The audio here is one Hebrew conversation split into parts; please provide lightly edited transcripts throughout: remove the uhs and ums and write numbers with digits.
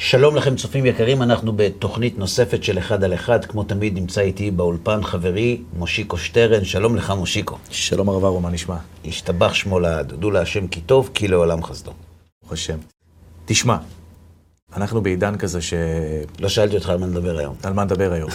שלום לכם צופים יקרים, אנחנו בתוכנית נוספת של אחד על אחד. כמו תמיד נמצא איתי באולפן חברי מושיקו שטרן. שלום לך מושיקו. שלום הרב ארו, מה נשמע? השתבח שמו לעד, הודו להשם כי טוב, כי לעולם חסדו. ברוך השם. תשמע, אנחנו בעידן כזה לא שאלתי אותך על מה נדבר היום. על מה נדבר היום?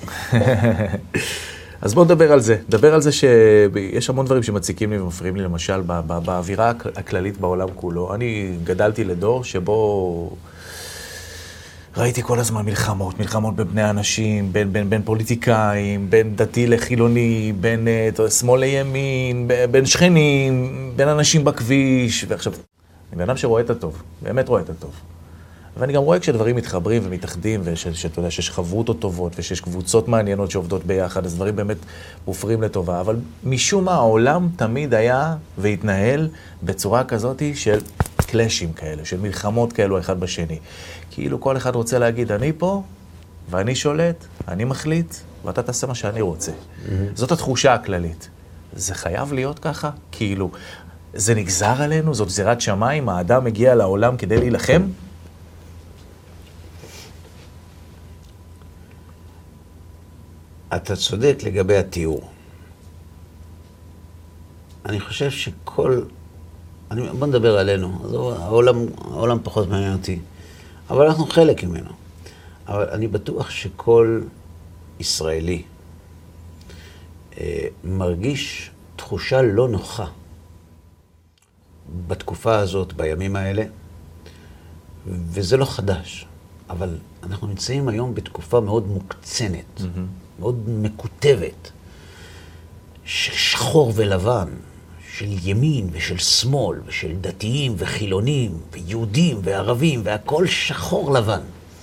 אז בוא נדבר על זה. נדבר על זה שיש המון דברים שמציקים לי ומפריעים לי, למשל, באווירה הכללית בעולם כולו. אני גדלתי לדור שבו ראיתי כל הזמן מלחמות בבני האנשים, בין פוליטיקאים, בין דתי לחילוני, בין שמאל לימין, בין שכנים, בין אנשים בכביש. ועכשיו, אני בן אדם שרואה את הטוב, באמת רואה את הטוב. ואני גם רואה כשדברים מתחברים ומתאחדים, ושאתה יודע שיש חברות טובות, ושיש קבוצות מעניינות שעובדות ביחד, אז דברים באמת מופרים לטובה. אבל משום מה העולם תמיד היה והתנהל בצורה כזאת של קלאשים כאלה, של מלחמות כאלו אחד בשני. כאילו כל אחד רוצה להגיד, אני פה, ואני שולט, אני מחליט, ואתה תעשה מה שאני רוצה. זאת התחושה הכללית. זה חייב להיות ככה? כאילו, זה נגזר עלינו? זאת גזירת שמיים? האדם מגיע לעולם כדי להילחם? אתה צודק לגבי התיאור. אני חושב בוא נדבר עלינו. העולם פחות מעניין אותי. אבל אנחנו חלק ממנו. אבל אני בטוח שכל ישראלי מרגיש תחושה לא נוחה בתקופה הזאת, בימים האלה, וזה לא חדש. אבל אנחנו נמצאים היום בתקופה מאוד מוקצנת, מאוד מקוטבת, של שחור ולבן, של ימין ושל שמאל, ושל דתיים וחילונים, ויהודים וערבים, והכל שחור לבן.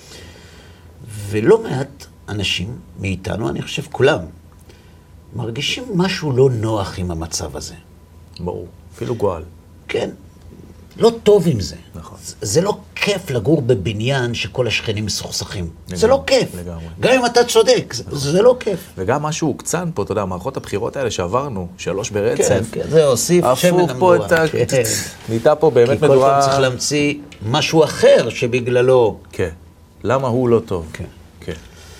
ולא מעט אנשים מאיתנו, אני חושב כולם, מרגישים משהו לא נוח עם המצב הזה. ברור, אפילו גועל. כן, לא טוב עם זה. נכון. זה לא כיף לגור בבניין שכל השכנים מסוכסכים. זה לא כיף. לגמרי. גם אם אתה צודק, זה לא כיף. וגם משהו הוקצן פה, אתה יודע, מערכות הבחירות האלה שעברנו, 3 ברצף. כן, זה הוסיף שמן המדורה. נהייתה פה באמת מדורה. כי כל פעם צריך להמציא משהו אחר שבגללו. כן. למה הוא לא טוב? כן. כן.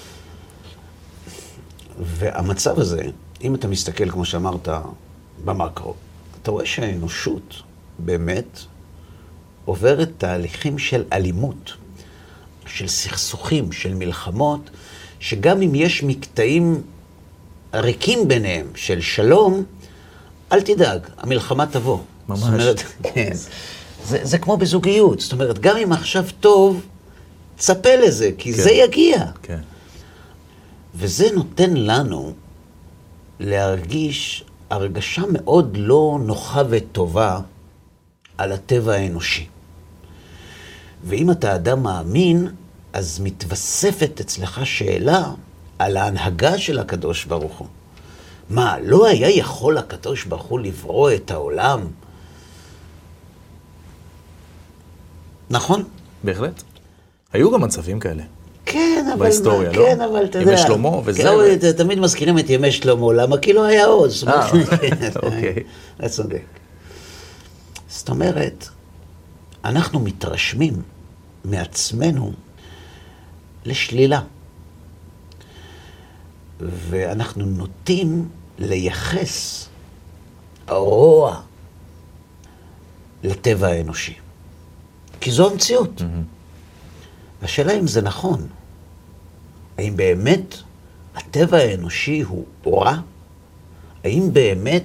והמצב הזה, אם אתה מסתכל, כמו שאמרת, במקרו, אתה רואה שהאנושות באמת עוברת תהליכים של אלימות, של סכסוכים, של מלחמות, שגם אם יש מקטעים ריקים ביניהם של שלום, אל תדאג, המלחמה תבוא. ממש. זאת אומרת, כן. זה כמו בזוגיות. זאת אומרת, גם אם עכשיו טוב, צפה לזה, כי כן. זה יגיע. כן. וזה נותן לנו להרגיש הרגשה מאוד לא נוחה וטובה על הטבע האנושי. ואם אתה אדם מאמין, אז מתווספת אצלך שאלה על ההנהגה של הקדוש ברוך הוא. מה, לא היה יכול הקדוש ברוך הוא לברוא את העולם? נכון? בהחלט. היו גם מצבים כאלה. כן, אבל בהיסטוריה, לא? כן, אבל אתה יודע. ימי שלמה וזה. כן, תמיד מזכירים את ימי שלמה, למה? כי לא היה עוד. אוקיי. אתה צודק. זאת אומרת, אנחנו מתרשמים מעצמנו לשלילה. ואנחנו נוטים לייחס רוע לטבע האנושי. כי זו המציאות. והשאלה אם זה נכון. האם באמת הטבע האנושי הוא רע? האם באמת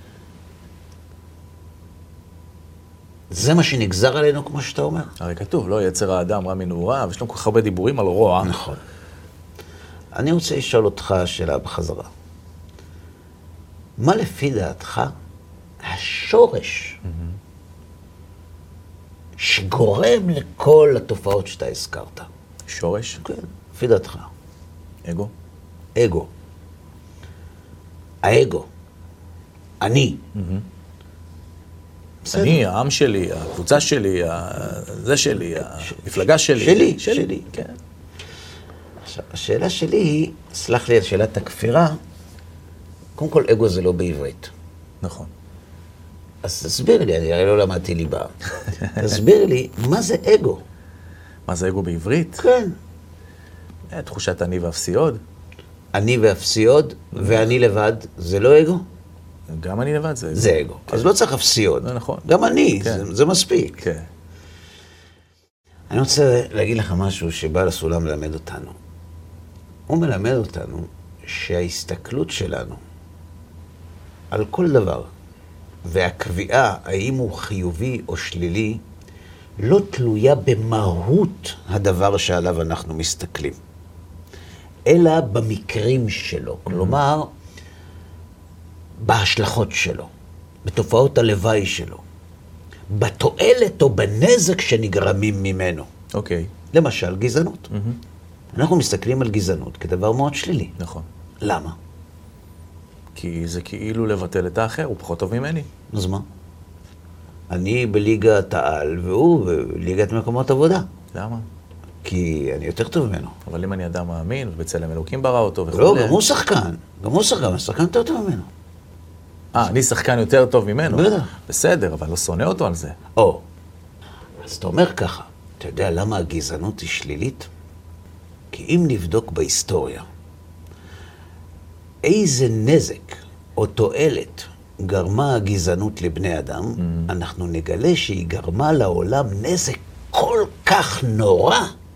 זה מה שנגזר עלינו, כמו שאתה אומר? הרי כתוב, לא יצר האדם רע מנעוריו, ויש לנו כל כך הרבה דיבורים על רוע. נכון. אני רוצה לשאול אותך שאלה בחזרה. מה לפי דעתך השורש שגורם לכל התופעות שאתה הזכרת? שורש? כן, לפי דעתך. אגו? אגו. האגו. אני. אני, העם שלי, הקבוצה שלי, זה שלי, המפלגה שלי. שלי. כן. עכשיו, השאלה שלי היא, סלח לי על שאלת הכפירה, קודם כל אגו זה לא בעברית. נכון. אז תסביר לי, אני הרי לא למדתי ליבה. תסביר לי, מה זה אגו? מה זה אגו בעברית? כן. תחושת אני ואפסי עוד. אני ואפסי עוד, ואני לבד, זה לא אגו? גם אני לבד זה אגו. זה אגו. אז לא צריך אפסי עוד. זה נכון. גם אני, זה מספיק. כן. אני רוצה להגיד לך משהו שבא לסולם ללמד אותנו. הוא מלמד אותנו שההסתכלות שלנו על כל דבר, והקביעה האם הוא חיובי או שלילי, לא תלויה במהות הדבר שעליו אנחנו מסתכלים, אלא במקרים שלו. כלומר, בהשלכות שלו, בתופעות הלוואי שלו, בתועלת או בנזק שנגרמים ממנו. אוקיי. למשל, גזענות. אנחנו מסתכלים על גזענות כדבר מאוד שלילי. נכון. למה? כי זה כאילו לבטל את האחר, הוא פחות טוב ממני. אז מה? אני בליגת העל והוא בליגת מקומות עבודה. למה? כי אני יותר טוב ממנו. אבל אם אני אדם מאמין, ובצלם אלוקים ברא אותו וכו'. לא, גם הוא שחקן. אני שחקן יותר טוב ממנו. אני שחקן יותר טוב ממנו? בטח. בסדר, אבל לא שונא אותו על זה. אז אתה אומר ככה, אתה יודע למה הגזענות היא שלילית? כי אם נבדוק בהיסטוריה, איזה נזק או תועלת גרמה הגזענות לבני אדם, אנחנו נגלה שהיא גרמה לעולם נזק כל כך נורא,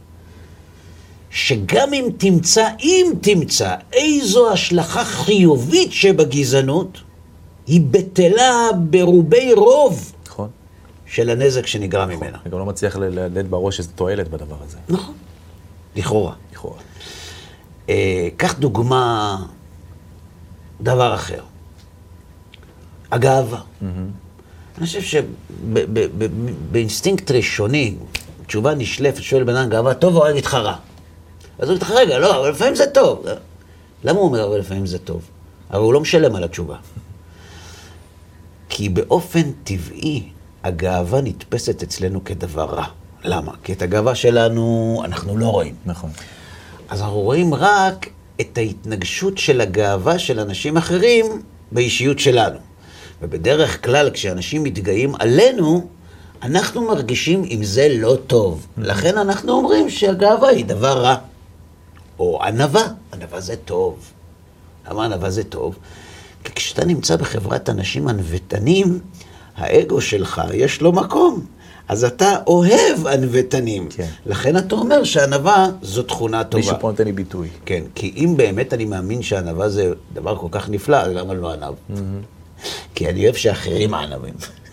שגם אם תמצא איזו השלכה חיובית שבגזענות, היא בטלה ברובי רוב נכון. של הנזק שנגרם ממנה. אני גם לא מצליח לדעת בראש איזו תועלת בדבר הזה. נכון. לכאורה. לכאורה. קח דוגמה, דבר אחר. הגאווה. אני חושב שבאינסטינקט ראשוני, תשובה נשלפת, שואל בן אדם גאווה, טוב או אגיד לך רע? אז הוא יגיד לך, רגע, לא, אבל לפעמים זה טוב. למה הוא אומר, אבל לפעמים זה טוב? אבל הוא לא משלם על התשובה. כי באופן טבעי, הגאווה נתפסת אצלנו כדבר רע. למה? כי את הגאווה שלנו אנחנו לא רואים. נכון. אז אנחנו רואים רק את ההתנגשות של הגאווה של אנשים אחרים באישיות שלנו. ובדרך כלל כשאנשים מתגאים עלינו, אנחנו מרגישים אם זה לא טוב. לכן אנחנו אומרים שהגאווה היא דבר רע. או ענווה. ענווה זה טוב. למה ענווה זה טוב? כי כשאתה נמצא בחברת אנשים ענוותנים, האגו שלך יש לו מקום. אז אתה אוהב ענוותנים. כן. לכן אתה אומר שענווה זו תכונה טובה. מישהו פה נותן לי ביטוי. כן, כי אם באמת אני מאמין שענווה זה דבר כל כך נפלא, אז למה לא ענב? כי אני אוהב שאחרים ענבים.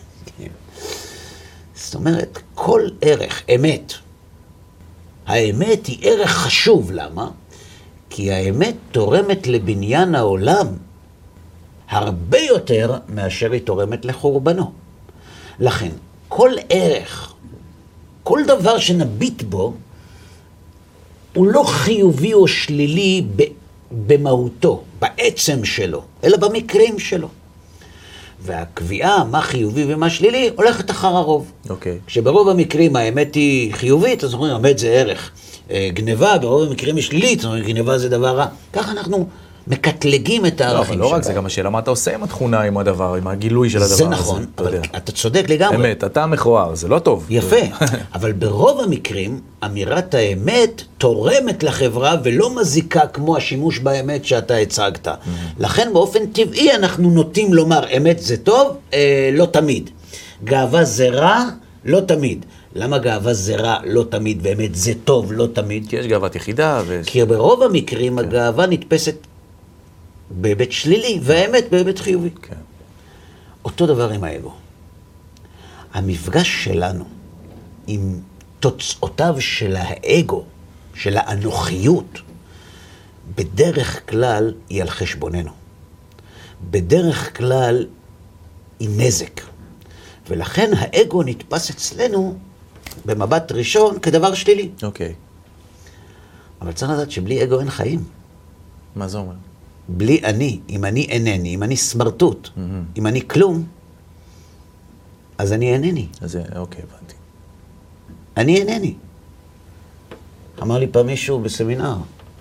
זאת אומרת, כל ערך, אמת. האמת היא ערך חשוב, למה? כי האמת תורמת לבניין העולם הרבה יותר מאשר היא תורמת לחורבנו. לכן, כל ערך, כל דבר שנביט בו, הוא לא חיובי או שלילי במהותו, בעצם שלו, אלא במקרים שלו. והקביעה, מה חיובי ומה שלילי, הולכת אחר הרוב. אוקיי. כשברוב המקרים האמת היא חיובית, אז אומרים, האמת זה ערך. גניבה, ברוב המקרים היא שלילית, זאת אומרת, גניבה זה דבר רע. ככה אנחנו מקטלגים את הערכים שלנו. לא, אבל לא רק זה, גם השאלה מה אתה עושה עם התכונה, עם הדבר, עם הגילוי של הדבר הזה. זה נכון, אבל אתה צודק לגמרי. אמת, אתה מכוער, זה לא טוב. יפה, אבל ברוב המקרים, אמירת האמת תורמת לחברה ולא מזיקה כמו השימוש באמת שאתה הצגת. לכן באופן טבעי אנחנו נוטים לומר, אמת זה טוב, לא תמיד. גאווה זה רע, לא תמיד. למה גאווה זה רע, לא תמיד, ואמת זה טוב, לא תמיד? כי יש גאוות יחידה. כי ברוב המקרים הגאווה נתפסת בהיבט שלילי, והאמת בהיבט חיובי. כן. אותו דבר עם האגו. המפגש שלנו עם תוצאותיו של האגו, של האנוכיות, בדרך כלל היא על חשבוננו. בדרך כלל היא נזק. ולכן האגו נתפס אצלנו במבט ראשון כדבר שלילי. אוקיי. אבל צריך לדעת שבלי אגו אין חיים. מה זה אומר? בלי אני, אם אני אינני, אם אני סמרטוט, אם אני כלום, אז אני אינני. אז אוקיי, הבנתי. אני אינני. אמר לי פעם מישהו בסמינר,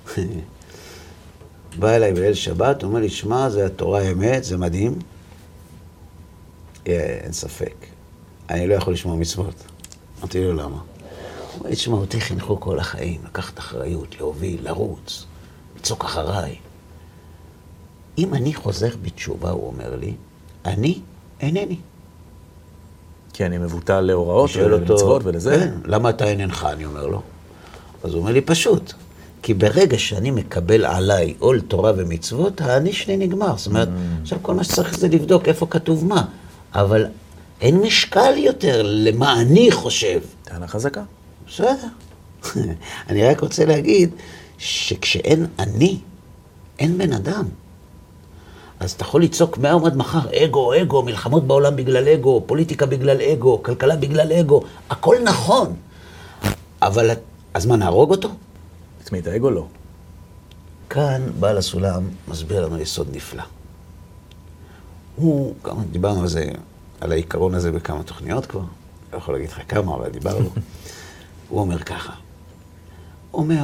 בא אליי בליל שבת, הוא אומר לי, שמע, זה התורה האמת, זה מדהים. אין ספק. אני לא יכול לשמוע מצוות. אמרתי לו, למה? הוא אומר, תשמע, אותי חינכו כל החיים, לקחת אחריות, להוביל, לרוץ, לצוק אחריי. אם אני חוזר בתשובה, הוא אומר לי, אני אינני. כי אני מבוטל להוראות ולמצוות ולזה. כן, למה אתה אינך, אני אומר לו. אז הוא אומר לי, פשוט. כי ברגע שאני מקבל עליי עול תורה ומצוות, האני שלי נגמר. זאת אומרת, עכשיו כל מה שצריך זה לבדוק איפה כתוב מה. אבל אין משקל יותר למה אני חושב. טענה חזקה. בסדר. אני רק רוצה להגיד שכשאין אני, אין בן אדם. אז אתה יכול לצעוק מהיום עד מחר, אגו, אגו, מלחמות בעולם בגלל אגו, פוליטיקה בגלל אגו, כלכלה בגלל אגו, הכל נכון. אבל, אז מה, נהרוג אותו? את מי, את האגו לא. כאן בעל הסולם מסביר לנו יסוד נפלא. הוא, כמה דיברנו על זה, על העיקרון הזה בכמה תוכניות כבר, לא יכול להגיד לך כמה, אבל דיברנו. הוא אומר ככה, הוא אומר,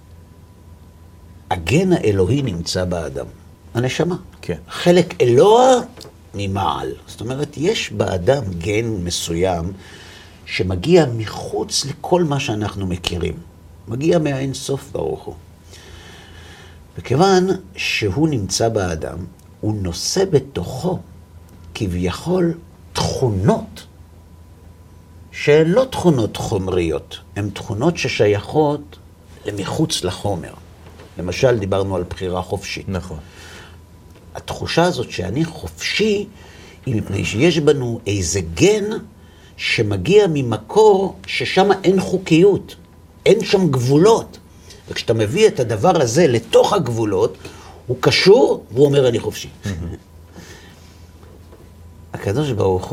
הגן האלוהי נמצא באדם, הנשמה. כן. חלק אלוה ממעל. זאת אומרת, יש באדם גן מסוים שמגיע מחוץ לכל מה שאנחנו מכירים. מגיע מהאין סוף ברוך הוא. וכיוון שהוא נמצא באדם, הוא נושא בתוכו כביכול תכונות שהן לא תכונות חומריות, הן תכונות ששייכות למחוץ לחומר. למשל, דיברנו על בחירה חופשית. נכון. התחושה הזאת שאני חופשי, היא מפני שיש בנו איזה גן שמגיע ממקור ששם אין חוקיות, אין שם גבולות. וכשאתה מביא את הדבר הזה לתוך הגבולות, הוא קשור והוא אומר אני חופשי. הקדוש ברוך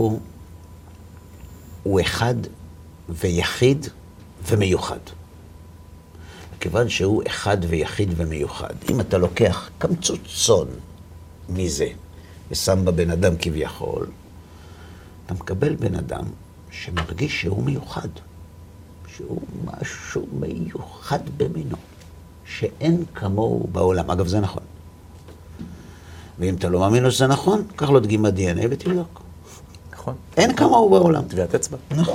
הוא אחד ויחיד ומיוחד. כיוון שהוא אחד ויחיד ומיוחד. אם אתה לוקח קמצוץ צאן מזה ושם בבן אדם כביכול, אתה מקבל בן אדם שמרגיש שהוא מיוחד. שהוא משהו מיוחד במינו, שאין כמוהו בעולם. אגב, זה נכון. ואם אתה לא מאמין לו שזה נכון, קח לו דגימת DNA ותבדוק. נכון. אין כמוהו בעולם. טביעת אצבע. נכון.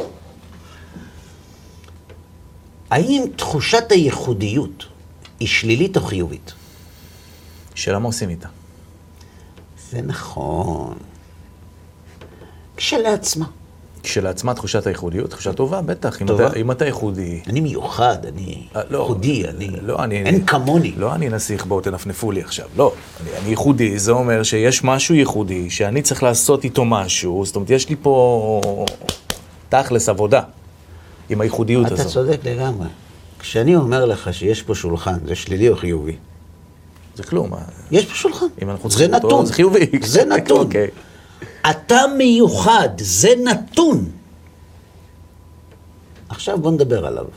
האם תחושת הייחודיות היא שלילית או חיובית? שאלה מה עושים איתה? זה נכון. כשלעצמה. כשלעצמה תחושת הייחודיות, תחושה טובה, בטח. טובה. אם אתה ייחודי... אני מיוחד, אני ייחודי, אין כמוני. לא, אני נסיך, בואו תנפנפו לי עכשיו. לא, אני ייחודי, זה אומר שיש משהו ייחודי, שאני צריך לעשות איתו משהו, זאת אומרת, יש לי פה תכלס עבודה עם הייחודיות הזו. אתה צודק לגמרי. כשאני אומר לך שיש פה שולחן, זה שלילי או חיובי? זה כלום. יש פה שולחן. זה נתון. זה חיובי. זה נתון. אוקיי. אתה מיוחד, זה נתון. עכשיו בוא נדבר עליו.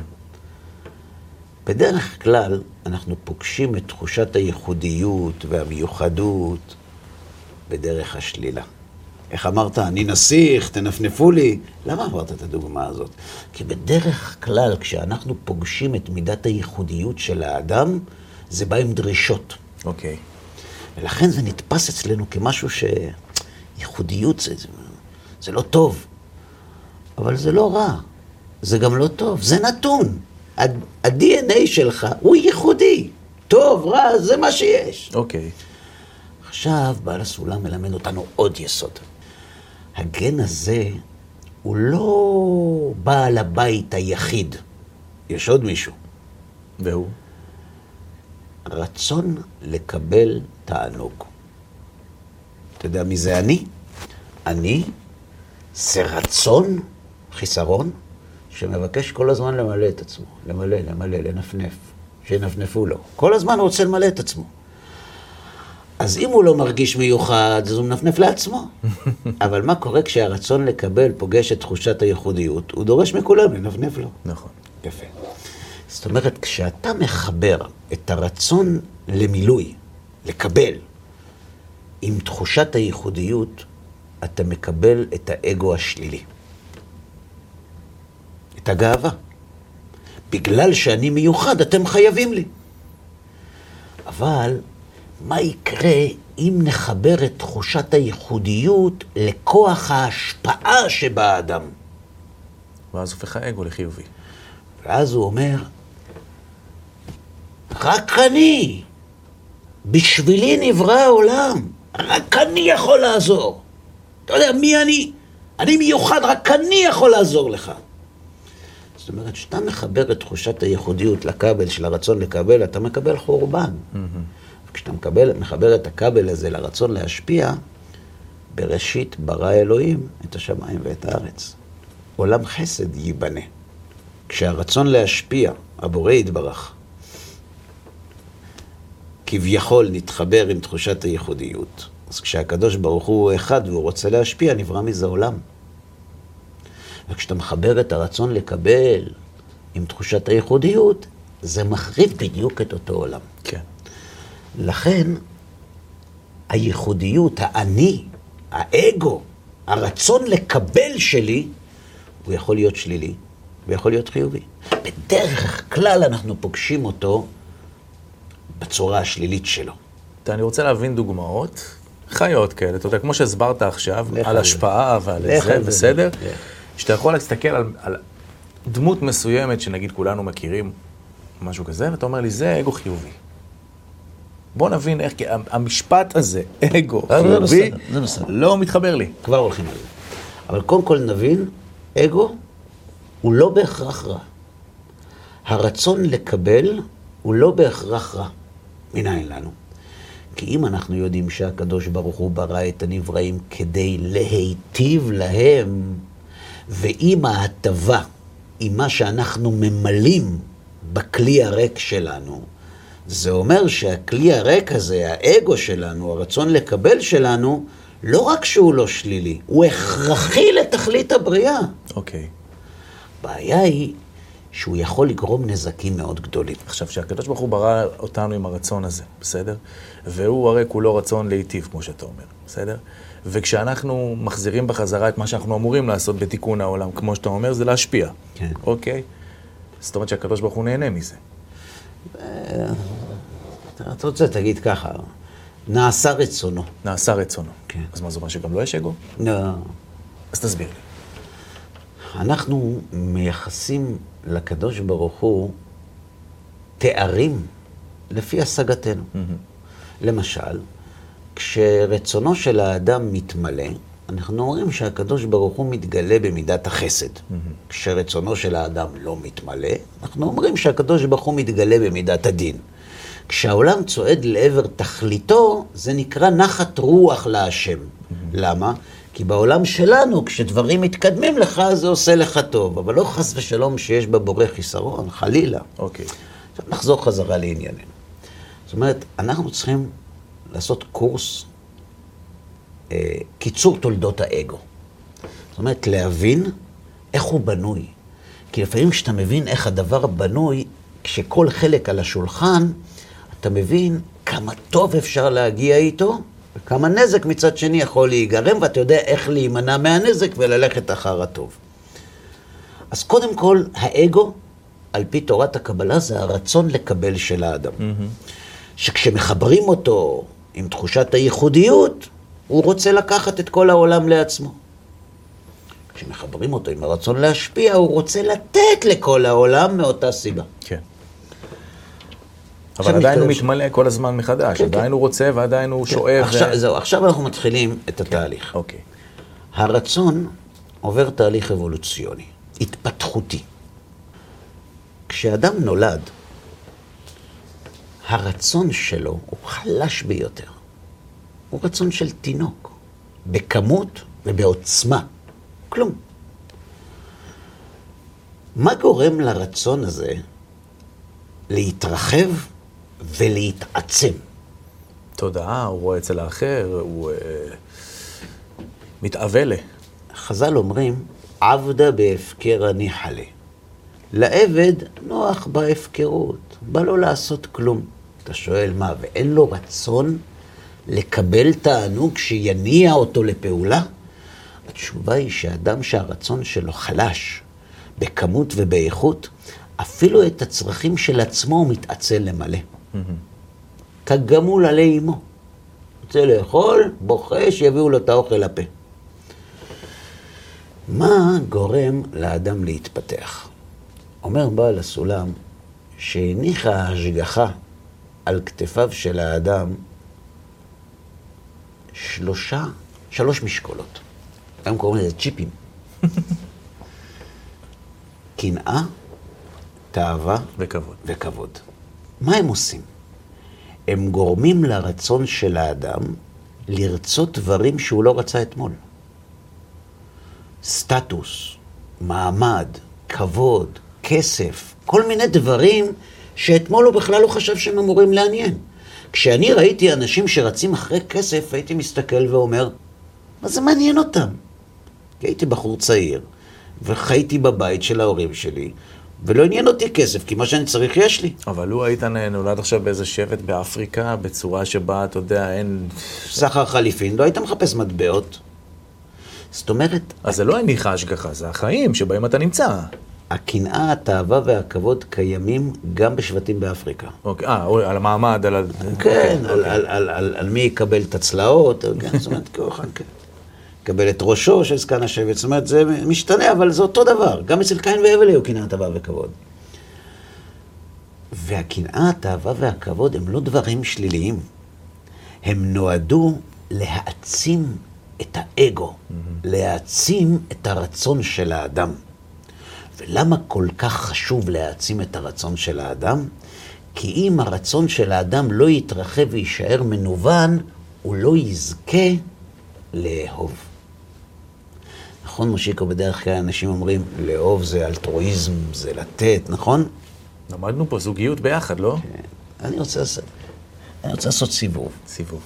בדרך כלל אנחנו פוגשים את תחושת הייחודיות והמיוחדות בדרך השלילה. איך אמרת? אני נסיך, תנפנפו לי. למה אמרת את הדוגמה הזאת? כי בדרך כלל כשאנחנו פוגשים את מידת הייחודיות של האדם, זה בא עם דרישות. אוקיי. ולכן זה נתפס אצלנו כמשהו ייחודיות זה לא טוב, אבל זה לא רע, זה גם לא טוב, זה נתון. ה-DNA שלך הוא ייחודי, טוב, רע, זה מה שיש. אוקיי. עכשיו בעל הסולם מלמד אותנו עוד יסוד. הגן הזה הוא לא בעל הבית היחיד, יש עוד מישהו. והוא? רצון לקבל תענוג. אתה יודע מי זה אני? אני זה רצון, חיסרון, שמבקש כל הזמן למלא את עצמו. למלא, לנפנף. שינפנפו לו. כל הזמן הוא רוצה למלא את עצמו. אז אם הוא לא מרגיש מיוחד, אז הוא מנפנף לעצמו. אבל מה קורה כשהרצון לקבל פוגש את תחושת הייחודיות? הוא דורש מכולם לנפנף לו. נכון. יפה. זאת אומרת, כשאתה מחבר את הרצון למילוי, לקבל, עם תחושת הייחודיות, אתה מקבל את האגו השלילי. את הגאווה. בגלל שאני מיוחד, אתם חייבים לי. אבל מה יקרה אם נחבר את תחושת הייחודיות לכוח ההשפעה שבאדם? ואז הופך האגו לחיובי. ואז הוא אומר, רק אני, בשבילי נברא העולם, רק אני יכול לעזור. אתה יודע, מי אני? אני מיוחד, רק אני יכול לעזור לך. זאת אומרת, כשאתה מחבר את תחושת הייחודיות לכבל של הרצון לקבל, אתה מקבל חורבן. וכשאתה מחבר את הכבל הזה לרצון להשפיע, בראשית ברא אלוהים את השמיים ואת הארץ. עולם חסד ייבנה. כשהרצון להשפיע, הבורא יתברך, כביכול נתחבר עם תחושת הייחודיות. אז כשהקדוש ברוך הוא אחד והוא רוצה להשפיע, נברא מזה עולם. וכשאתה מחבר את הרצון לקבל עם תחושת הייחודיות, זה מחריב בדיוק את אותו עולם. כן. לכן, הייחודיות, האני, האגו, הרצון לקבל שלי, הוא יכול להיות שלילי ויכול להיות חיובי. בדרך כלל אנחנו פוגשים אותו בצורה השלילית שלו. אני רוצה להבין דוגמאות חיות כאלה, אתה יודע, כמו שהסברת עכשיו, על השפעה ועל זה, בסדר? שאתה יכול להסתכל על דמות מסוימת שנגיד כולנו מכירים משהו כזה, ואתה אומר לי, זה אגו חיובי. בוא נבין איך, כי המשפט הזה, אגו חיובי, לא מתחבר לי. כבר הולכים על זה. אבל קודם כל נבין, אגו הוא לא בהכרח רע. הרצון לקבל הוא לא בהכרח רע. מנין לנו? כי אם אנחנו יודעים שהקדוש ברוך הוא ברא את הנבראים כדי להיטיב להם, ואם ההטבה, עם מה שאנחנו ממלאים בכלי הריק שלנו, זה אומר שהכלי הריק הזה, האגו שלנו, הרצון לקבל שלנו, לא רק שהוא לא שלילי, הוא הכרחי לתכלית הבריאה. אוקיי. הבעיה היא שהוא יכול לגרום נזקים מאוד גדולים. עכשיו, שהקדוש ברוך הוא ברא אותנו עם הרצון הזה, בסדר? והוא הרי כולו רצון להיטיב, כמו שאתה אומר, בסדר? וכשאנחנו מחזירים בחזרה את מה שאנחנו אמורים לעשות בתיקון העולם, כמו שאתה אומר, זה להשפיע. כן. אוקיי? זאת אומרת שהקדוש ברוך הוא נהנה מזה. אתה רוצה, תגיד ככה, נעשה רצונו. נעשה רצונו. כן. אז מה זאת אומרת שגם לא יש אגו? לא. אז תסביר לי. אנחנו מייחסים לקדוש ברוך הוא תארים לפי השגתנו. למשל, כשרצונו של האדם מתמלא, אנחנו אומרים שהקדוש ברוך הוא מתגלה במידת החסד. כשרצונו של האדם לא מתמלא, אנחנו אומרים שהקדוש ברוך הוא מתגלה במידת הדין. כשהעולם צועד לעבר תכליתו, זה נקרא נחת רוח להשם. למה? כי בעולם שלנו, כשדברים מתקדמים לך, זה עושה לך טוב. אבל לא חס ושלום שיש בבורא חיסרון, חלילה. אוקיי. עכשיו נחזור חזרה לענייננו. זאת אומרת, אנחנו צריכים לעשות קורס קיצור תולדות האגו. זאת אומרת, להבין איך הוא בנוי. כי לפעמים כשאתה מבין איך הדבר בנוי, כשכל חלק על השולחן, אתה מבין כמה טוב אפשר להגיע איתו, וכמה נזק מצד שני יכול להיגרם, ואתה יודע איך להימנע מהנזק וללכת אחר הטוב. אז קודם כל, האגו, על פי תורת הקבלה, זה הרצון לקבל של האדם. שכשמחברים אותו עם תחושת הייחודיות, הוא רוצה לקחת את כל העולם לעצמו. כשמחברים אותו עם הרצון להשפיע, הוא רוצה לתת לכל העולם מאותה סיבה. כן. אבל עדיין הוא מתמלא כל הזמן מחדש, כן, עדיין כן. הוא רוצה ועדיין הוא שואב. זהו, עכשיו אנחנו מתחילים את התהליך. אוקיי. הרצון עובר תהליך אבולוציוני, התפתחותי. כשאדם נולד, הרצון שלו הוא חלש ביותר. הוא רצון של תינוק, בכמות ובעוצמה. כלום. מה גורם לרצון הזה להתרחב ולהתעצם? תודעה, הוא רואה אצל האחר, הוא מתאבלה. חז"ל אומרים, עבדה בהפקר ניחלה. לעבד נוח בהפקרות, בא לו לעשות כלום. אתה שואל מה, ואין לו רצון לקבל תענוג שיניע אותו לפעולה? התשובה היא שאדם שהרצון שלו חלש, בכמות ובאיכות, אפילו את הצרכים של עצמו הוא מתעצל למלא. כגמול עלי אמו. רוצה לאכול, בוכה, שיביאו לו את האוכל לפה. מה גורם לאדם להתפתח? אומר בעל הסולם, שהניחה ההשגחה על כתפיו של האדם שלוש משקולות. הם קוראים לזה צ'יפים. קנאה, תאווה וכבוד. מה הם עושים? הם גורמים לרצון של האדם לרצות דברים שהוא לא רצה אתמול. סטטוס, מעמד, כבוד, כסף, כל מיני דברים שאתמול הוא בכלל לא חשב שהם אמורים לעניין. כשאני ראיתי אנשים שרצים אחרי כסף, הייתי מסתכל ואומר, מה זה מעניין אותם? כי הייתי בחור צעיר, וחייתי בבית של ההורים שלי, ולא עניין אותי כסף, כי מה שאני צריך יש לי. אבל הוא היית נולד עכשיו באיזה שבט באפריקה, בצורה שבה, אתה יודע, אין... סחר חליפין, לא היית מחפש מטבעות. זאת אומרת... אז זה לא הניחה השגחה, זה החיים שבהם אתה נמצא. הקנאה, התאווה והכבוד קיימים גם בשבטים באפריקה. אוקיי, על המעמד, על... כן, על מי יקבל את הצלעות, זאת אומרת, כוחן, כן. יקבל את ראשו של זקן השבט, זאת אומרת, זה משתנה, אבל זה אותו דבר. גם אצל קין והבל היו קנאה, תאווה וכבוד. והקנאה, התאווה והכבוד הם לא דברים שליליים. הם נועדו להעצים את האגו, להעצים את הרצון של האדם. ולמה כל כך חשוב להעצים את הרצון של האדם? כי אם הרצון של האדם לא יתרחב ויישאר מנוון, הוא לא יזכה לאהוב. נכון, מושיקו, בדרך כלל אנשים אומרים, לאהוב זה אלטרואיזם, זה לתת, נכון? למדנו פה זוגיות ביחד, לא? כן. אני רוצה לעשות סיבוב. סיבוב.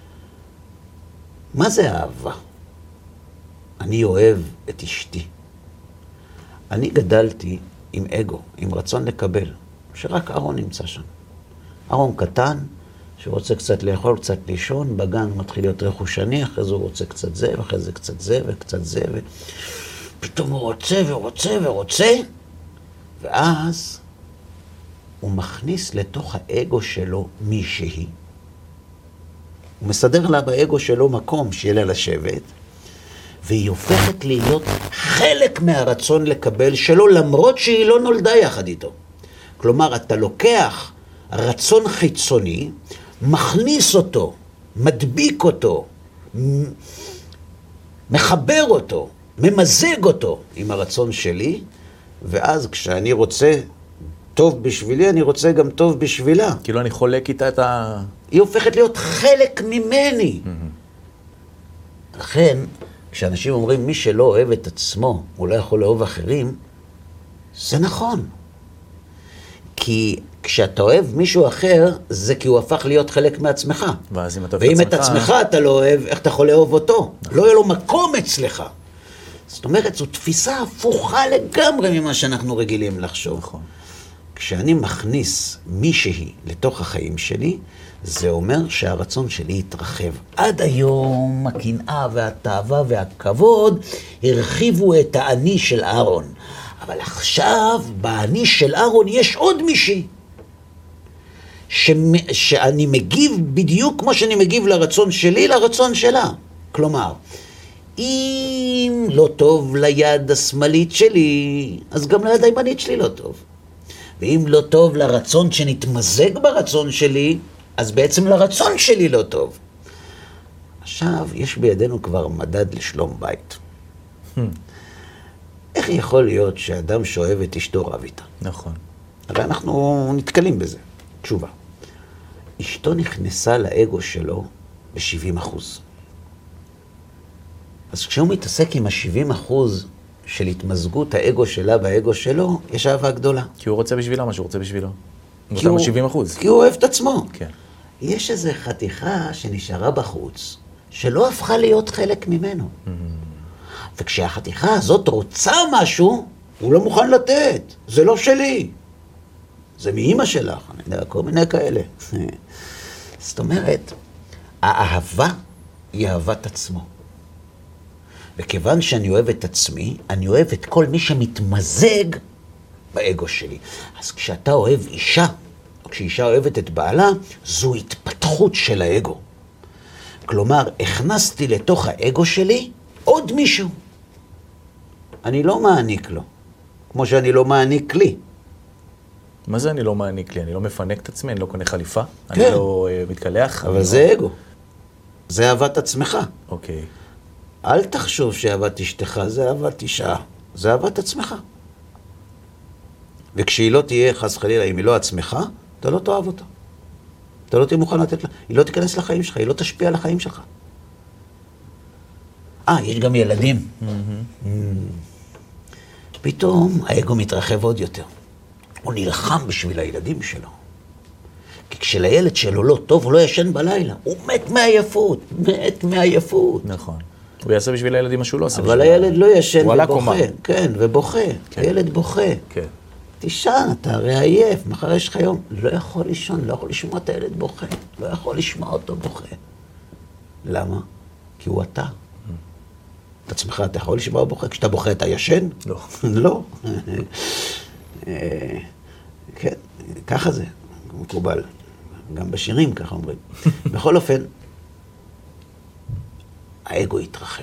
מה זה אהבה? אני אוהב את אשתי. אני גדלתי עם אגו, עם רצון לקבל, שרק אהרון נמצא שם. אהרון קטן, שרוצה קצת לאכול, קצת לישון, בגן מתחיל להיות רכושני, אחרי זה הוא רוצה קצת זה, ואחרי זה קצת זה, וקצת זה, ופתאום הוא רוצה ורוצה ורוצה, ואז הוא מכניס לתוך האגו שלו מישהי. הוא מסדר לה באגו שלו מקום שיהיה לה לשבת, והיא הופכת להיות חלק מהרצון לקבל שלו, למרות שהיא לא נולדה יחד איתו. כלומר, אתה לוקח רצון חיצוני, מכניס אותו, מדביק אותו, מחבר אותו, ממזג אותו עם הרצון שלי, ואז כשאני רוצה טוב בשבילי, אני רוצה גם טוב בשבילה. כאילו אני חולק איתה את ה... היא הופכת להיות חלק ממני. לכן, כשאנשים אומרים, מי שלא אוהב את עצמו, הוא לא יכול לאהוב אחרים, זה נכון. כי כשאתה אוהב מישהו אחר, זה כי הוא הפך להיות חלק מעצמך. ואז אם אתה ואם את עצמך אתה לא אוהב, איך אתה יכול לאהוב אותו? לא יהיה לו מקום אצלך. זאת אומרת, זו תפיסה הפוכה לגמרי ממה שאנחנו רגילים לחשוב. נכון. כשאני מכניס מישהי לתוך החיים שלי, זה אומר שהרצון שלי יתרחב. עד היום הקנאה והתאווה והכבוד הרחיבו את האני של אהרון. אבל עכשיו באני של אהרון יש עוד מישהי. שאני מגיב בדיוק כמו שאני מגיב לרצון שלי, לרצון שלה. כלומר, אם לא טוב ליד השמאלית שלי, אז גם ליד הימנית שלי לא טוב. ואם לא טוב לרצון שנתמזג ברצון שלי, אז בעצם לרצון שלי לא טוב. עכשיו, יש בידינו כבר מדד לשלום בית. איך יכול להיות שאדם שאוהב את אשתו רב איתה? נכון. הרי אנחנו נתקלים בזה. תשובה. אשתו נכנסה לאגו שלו ב-70%. אז כשהוא מתעסק עם ה-70% של התמזגות האגו שלה באגו שלו, יש אהבה גדולה. כי הוא רוצה בשבילה מה שהוא רוצה בשבילו. הוא רוצה 70%. כי הוא אוהב את עצמו. כן. יש איזו חתיכה שנשארה בחוץ, שלא הפכה להיות חלק ממנו. וכשהחתיכה הזאת רוצה משהו, הוא לא מוכן לתת. זה לא שלי. זה מאמא שלך. אני יודע, כל מיני כאלה. זאת אומרת, האהבה היא אהבת עצמו. וכיוון שאני אוהב את עצמי, אני אוהב את כל מי שמתמזג באגו שלי. אז כשאתה אוהב אישה, או כשאישה אוהבת את בעלה, זו התפתחות של האגו. כלומר, הכנסתי לתוך האגו שלי עוד מישהו. אני לא מעניק לו, כמו שאני לא מעניק לי. מה זה אני לא מעניק לי? אני לא מפנק את עצמי, אני לא קונה חליפה, כן. אני לא מתקלח. אבל זה אגו. זה אהבת עצמך. אוקיי. אל תחשוב שאהבת אשתך זה אהבת אישה. זה אהבת עצמך. וכשהיא לא תהיה חס חלילה, אם היא לא עצמך, אתה לא תאהב אותה. אתה לא תהיה מוכן לתת לה. היא לא תיכנס לחיים שלך, היא לא תשפיע על החיים שלך. יש גם ילדים. פתאום האגו מתרחב עוד יותר. הוא נלחם בשביל הילדים שלו. כי כשלילד שלו לא טוב, הוא לא ישן בלילה. הוא מת מעייפות, מת מעייפות. נכון. הוא יעשה בשביל הילדים מה שהוא לא עושה. אבל הילד לא ישן ובוכה. קומה. כן, ובוכה. הילד בוכה. כן. תישן, אתה הרי עייף, מחר יש לך יום. לא יכול לישון, לא יכול לשמוע את הילד בוכה. לא יכול לשמוע אותו בוכה. למה? כי הוא אתה. את עצמך, אתה יכול לשמוע בוכה? כשאתה בוכה אתה ישן? לא. לא. כן, ככה זה, מקובל. גם בשירים ככה אומרים. בכל אופן, האגו יתרחב.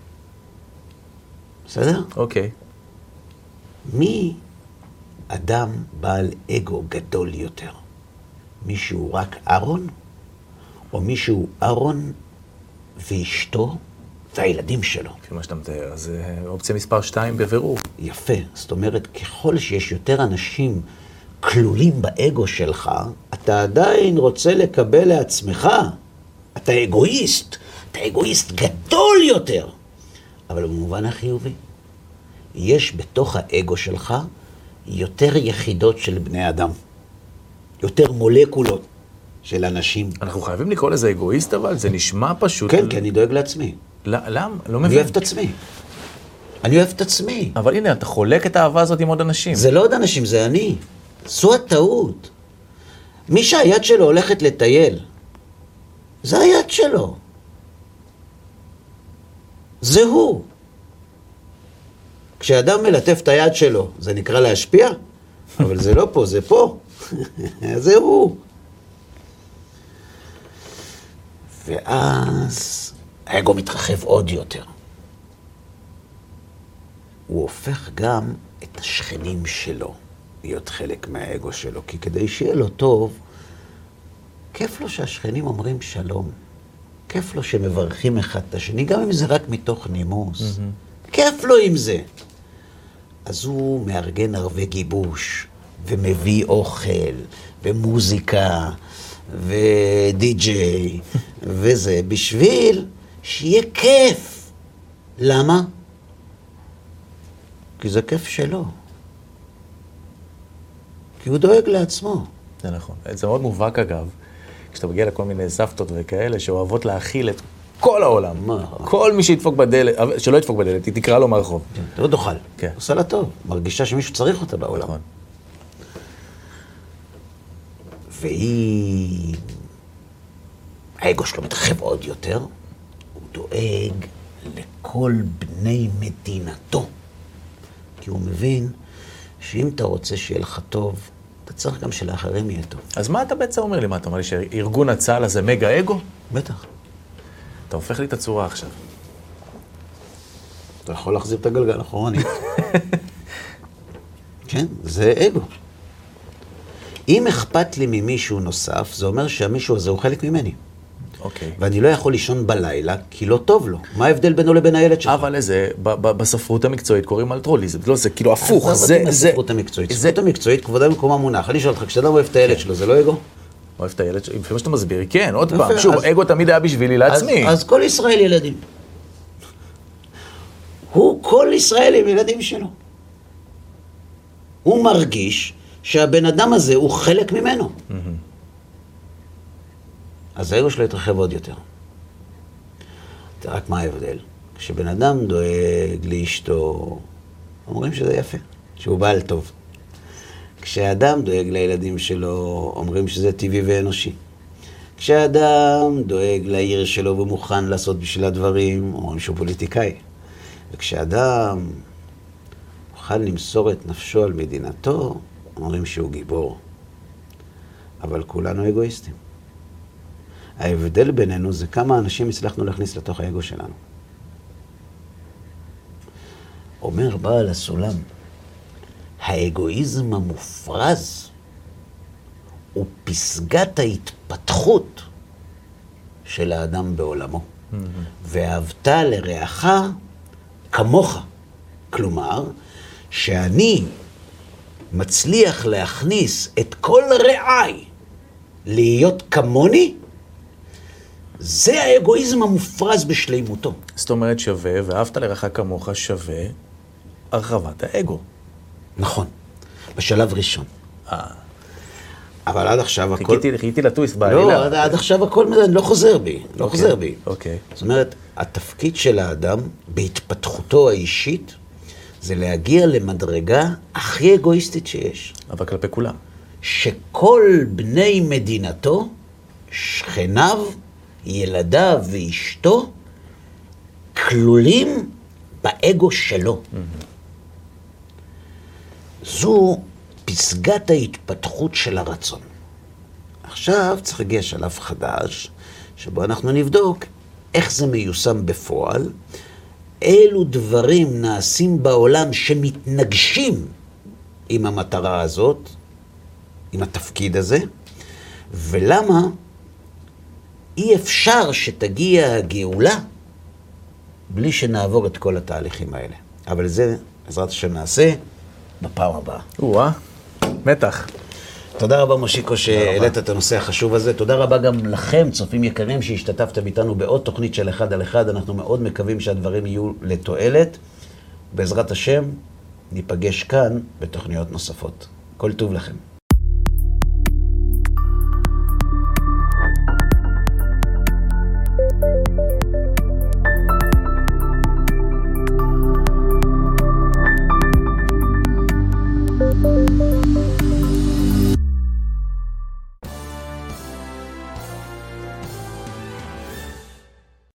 בסדר? אוקיי. מי אדם בעל אגו גדול יותר? מישהו רק אהרון? או מישהו אהרון ואשתו והילדים שלו? לפי מה שאתה מתאר, אז אופציה מספר 2 בבירור. יפה. זאת אומרת, ככל שיש יותר אנשים כלולים באגו שלך, אתה עדיין רוצה לקבל לעצמך. אתה אגואיסט. אתה אגואיסט גדול יותר. אבל במובן החיובי, יש בתוך האגו שלך יותר יחידות של בני אדם. יותר מולקולות של אנשים. אנחנו חייבים לקרוא לזה אגואיסט, אבל זה נשמע פשוט. כן, כי אני דואג לעצמי. למה? לא אני מבין. אוהב את עצמי. אני אוהב את עצמי. אבל הנה, אתה חולק את האהבה הזאת עם עוד אנשים. זה לא עוד אנשים, זה אני. זו הטעות. מי שהיד שלו הולכת לטייל, זה היד שלו. זה הוא. כשאדם מלטף את היד שלו, זה נקרא להשפיע? אבל זה לא פה, זה פה. זה הוא. ואז האגו מתרחב עוד יותר. הוא הופך גם את השכנים שלו להיות חלק מהאגו שלו, כי כדי שיהיה לו טוב, כיף לו שהשכנים אומרים שלום. כיף לו שמברכים אחד את השני, גם אם זה רק מתוך נימוס. כיף לו עם זה. אז הוא מארגן ערבי גיבוש, ומביא אוכל, ומוזיקה, ודי-ג'יי, וזה, בשביל שיהיה כיף. למה? כי זה כיף שלו. כי הוא דואג לעצמו. זה נכון. זה מאוד מובהק אגב, כשאתה מגיע לכל מיני סבתות וכאלה שאוהבות להכיל את כל העולם. מה? כל מי שידפוק בדלת, שלא ידפוק בדלת, היא תקרא לו מהרחוב. אתה לא תאכל. כן. עושה לה טוב. מרגישה שמישהו צריך אותה בעולם. נכון. והיא... האגו שלו מתרחב עוד יותר. הוא דואג לכל בני מדינתו. כי הוא מבין שאם אתה רוצה שיהיה לך טוב, אתה צריך גם שלאחרים יהיה טוב. אז מה אתה בעצם אומר לי? מה אתה אומר לי שארגון הצה"ל הזה מגה אגו? בטח. אתה הופך לי את הצורה עכשיו. אתה יכול להחזיר את הגלגל אחורנית. כן, זה אגו. אם אכפת לי ממישהו נוסף, זה אומר שהמישהו הזה הוא חלק ממני. אוקיי. ואני לא יכול לישון בלילה, כי לא טוב לו. מה ההבדל בינו לבין הילד שלך? אבל לזה, בספרות המקצועית קוראים אלטרואיזם. לא, זה כאילו הפוך. זה בספרות המקצועית. בספרות המקצועית, כבודה במקומה מונח. אני שואל אותך, כשאדם אוהב את הילד שלו, זה לא אגו? אוהב את הילד, לפי מה שאתה מסביר, כן, עוד פעם. שוב, אגו תמיד היה בשבילי לעצמי. אז כל ישראל ילדים. הוא כל ישראל עם ילדים שלו. הוא מרגיש שהבן אדם הזה הוא חלק ממנו. אז האגו שלו יתרחב עוד יותר. רק מה ההבדל? כשבן אדם דואג לאשתו, אומרים שזה יפה, שהוא בעל טוב. כשאדם דואג לילדים שלו, אומרים שזה טבעי ואנושי. כשאדם דואג לעיר שלו ומוכן לעשות בשביל הדברים, אומרים שהוא פוליטיקאי. וכשאדם מוכן למסור את נפשו על מדינתו, אומרים שהוא גיבור. אבל כולנו אגואיסטים. ההבדל בינינו זה כמה אנשים הצלחנו להכניס לתוך האגו שלנו. אומר בעל הסולם, האגואיזם המופרז הוא פסגת ההתפתחות של האדם בעולמו. ואהבת לרעך כמוך. כלומר, שאני מצליח להכניס את כל רעי להיות כמוני, זה האגואיזם המופרז בשלימותו. זאת אומרת שווה, ואהבת לרעך כמוך שווה הרחבת האגו. נכון, בשלב ראשון. אבל עד עכשיו הכל... חיכיתי לטוויסט בעלילה. לא, עד עכשיו הכל לא חוזר בי, לא חוזר בי. אוקיי. זאת אומרת, התפקיד של האדם בהתפתחותו האישית, זה להגיע למדרגה הכי אגואיסטית שיש. אבל כלפי כולם. שכל בני מדינתו, שכניו, ילדיו ואשתו, כלולים באגו שלו. זו פסגת ההתפתחות של הרצון. עכשיו צריך להגיע שלב חדש, שבו אנחנו נבדוק איך זה מיושם בפועל, אילו דברים נעשים בעולם שמתנגשים עם המטרה הזאת, עם התפקיד הזה, ולמה אי אפשר שתגיע הגאולה בלי שנעבור את כל התהליכים האלה. אבל זה, בעזרת השם, נעשה בפעם הבאה. מתח. תודה רבה, מושיקו, שהעלית את הנושא החשוב הזה. תודה רבה גם לכם, צופים יקרים, שהשתתפתם איתנו בעוד תוכנית של אחד על אחד. אנחנו מאוד מקווים שהדברים יהיו לתועלת. בעזרת השם, ניפגש כאן בתוכניות נוספות. כל טוב לכם.